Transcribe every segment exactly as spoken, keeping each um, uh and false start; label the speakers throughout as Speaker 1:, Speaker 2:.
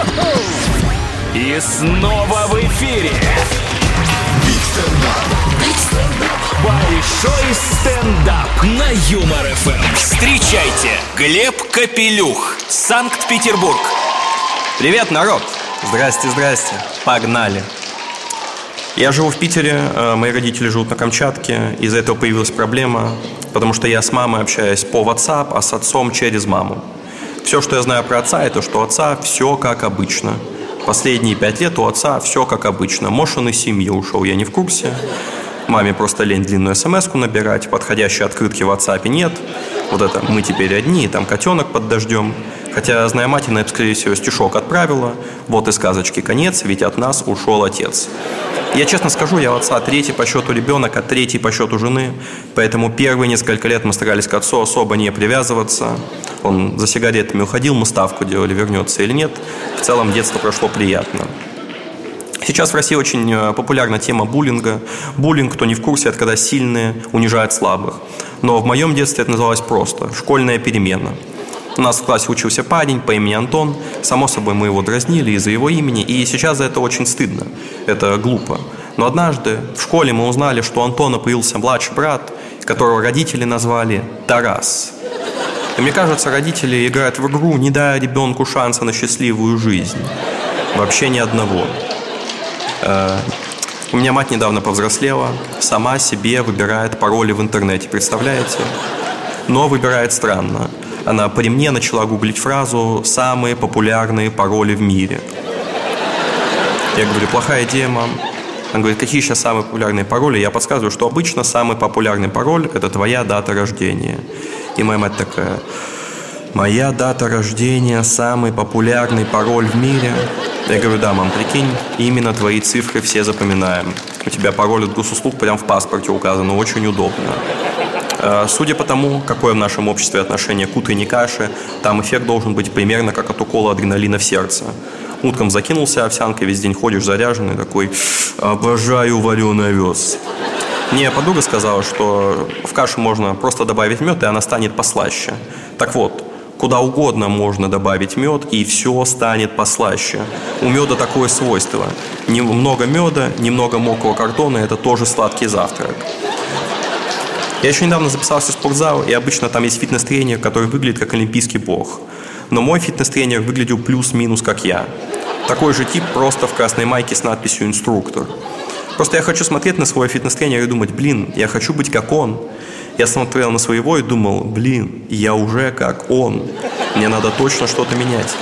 Speaker 1: И снова в эфире большой стендап на Юмор эф эм.
Speaker 2: Встречайте, Глеб Капелюх, Санкт-Петербург.
Speaker 3: Привет, народ! Здрасте, здрасте. Погнали. Я живу в Питере, мои родители живут на Камчатке. Из-за этого появилась проблема, потому что я с мамой общаюсь по WhatsApp, а с отцом через маму. Все, что я знаю про отца, это что у отца все как обычно. Последние пять лет у отца все как обычно. Может, он из семьи ушел, я не в курсе. Маме просто лень длинную смс-ку набирать, подходящей открытки в WhatsApp нет. Вот это «мы теперь одни», там котенок под дождем. Хотя, зная мать, она, скорее всего, стишок отправила. Вот и сказочки конец, ведь от нас ушел отец. Я честно скажу, я у отца третий по счету ребенок, а третий по счету жены. Поэтому первые несколько лет мы старались к отцу особо не привязываться. Он за сигаретами уходил, мы ставку делали, вернется или нет. В целом детство прошло приятно. Сейчас в России очень популярна тема буллинга. Буллинг, кто не в курсе, это когда сильные унижают слабых. Но в моем детстве это называлось просто школьная перемена. У нас в классе учился парень по имени Антон. Само собой, мы его дразнили из-за его имени. И сейчас за это очень стыдно. Это глупо. Но однажды в школе мы узнали, что у Антона появился младший брат, которого родители назвали Тарас. И мне кажется, родители играют в игру, не дая ребенку шанса на счастливую жизнь. Вообще ни одного. У меня мать недавно повзрослела, сама себе выбирает пароли в интернете, представляете? Но выбирает странно. Она при мне начала гуглить фразу «самые популярные пароли в мире». Я говорю: плохая идея, мам. Она говорит: какие сейчас самые популярные пароли? Я подсказываю, что обычно самый популярный пароль – это твоя дата рождения. И моя мать такая: моя дата рождения – самый популярный пароль в мире. Я говорю: да, мам, прикинь, именно твои цифры все запоминаем. У тебя пароль от госуслуг прям в паспорте указано, очень удобно. Судя по тому, какое в нашем обществе отношение к утренней каше, там эффект должен быть примерно как от укола адреналина в сердце. Утром закинулся овсянкой, весь день ходишь заряженный, такой: обожаю вареный овес. Мне подруга сказала, что в кашу можно просто добавить мед, и она станет послаще. Так вот, куда угодно можно добавить мед, и все станет послаще. У меда такое свойство. Немного меда, немного мокрого картона – это тоже сладкий завтрак. Я еще недавно записался в спортзал, и обычно там есть фитнес-тренер, который выглядит как олимпийский бог. Но мой фитнес-тренер выглядел плюс-минус как я. Такой же тип, просто в красной майке с надписью «инструктор». Просто я хочу смотреть на своего фитнес-тренера и думать: блин, я хочу быть как он. Я смотрел на своего и думал: блин, я уже как он. Мне надо точно что-то менять.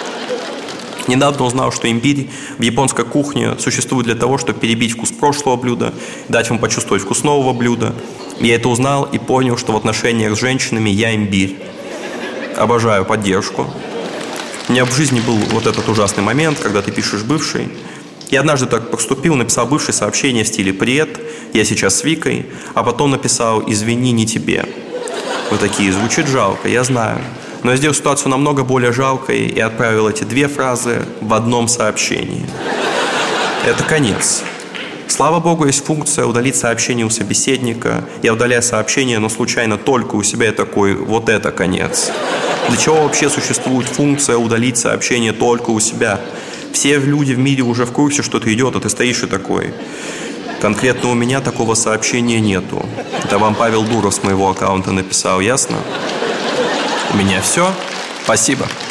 Speaker 3: Недавно узнал, что имбирь в японской кухне существует для того, чтобы перебить вкус прошлого блюда, дать вам почувствовать вкус нового блюда. Я это узнал и понял, что в отношениях с женщинами я имбирь. Обожаю поддержку. У меня в жизни был вот этот ужасный момент, когда ты пишешь бывший. Я однажды так поступил, написал бывшее сообщение в стиле «Привет, я сейчас с Викой», а потом написал «Извини, не тебе». Вы такие: звучит жалко, я знаю. Но я сделал ситуацию намного более жалкой и отправил эти две фразы в одном сообщении. Это конец. Слава богу, есть функция удалить сообщение у собеседника. Я удаляю сообщение, но случайно только у себя, я такой: вот это конец. Для чего вообще существует функция удалить сообщение только у себя? Все люди в мире уже в курсе, что ты идет, а ты стоишь и такой: конкретно у меня такого сообщения нету. Это вам Павел Дуров с моего аккаунта написал, ясно? У меня все. Спасибо.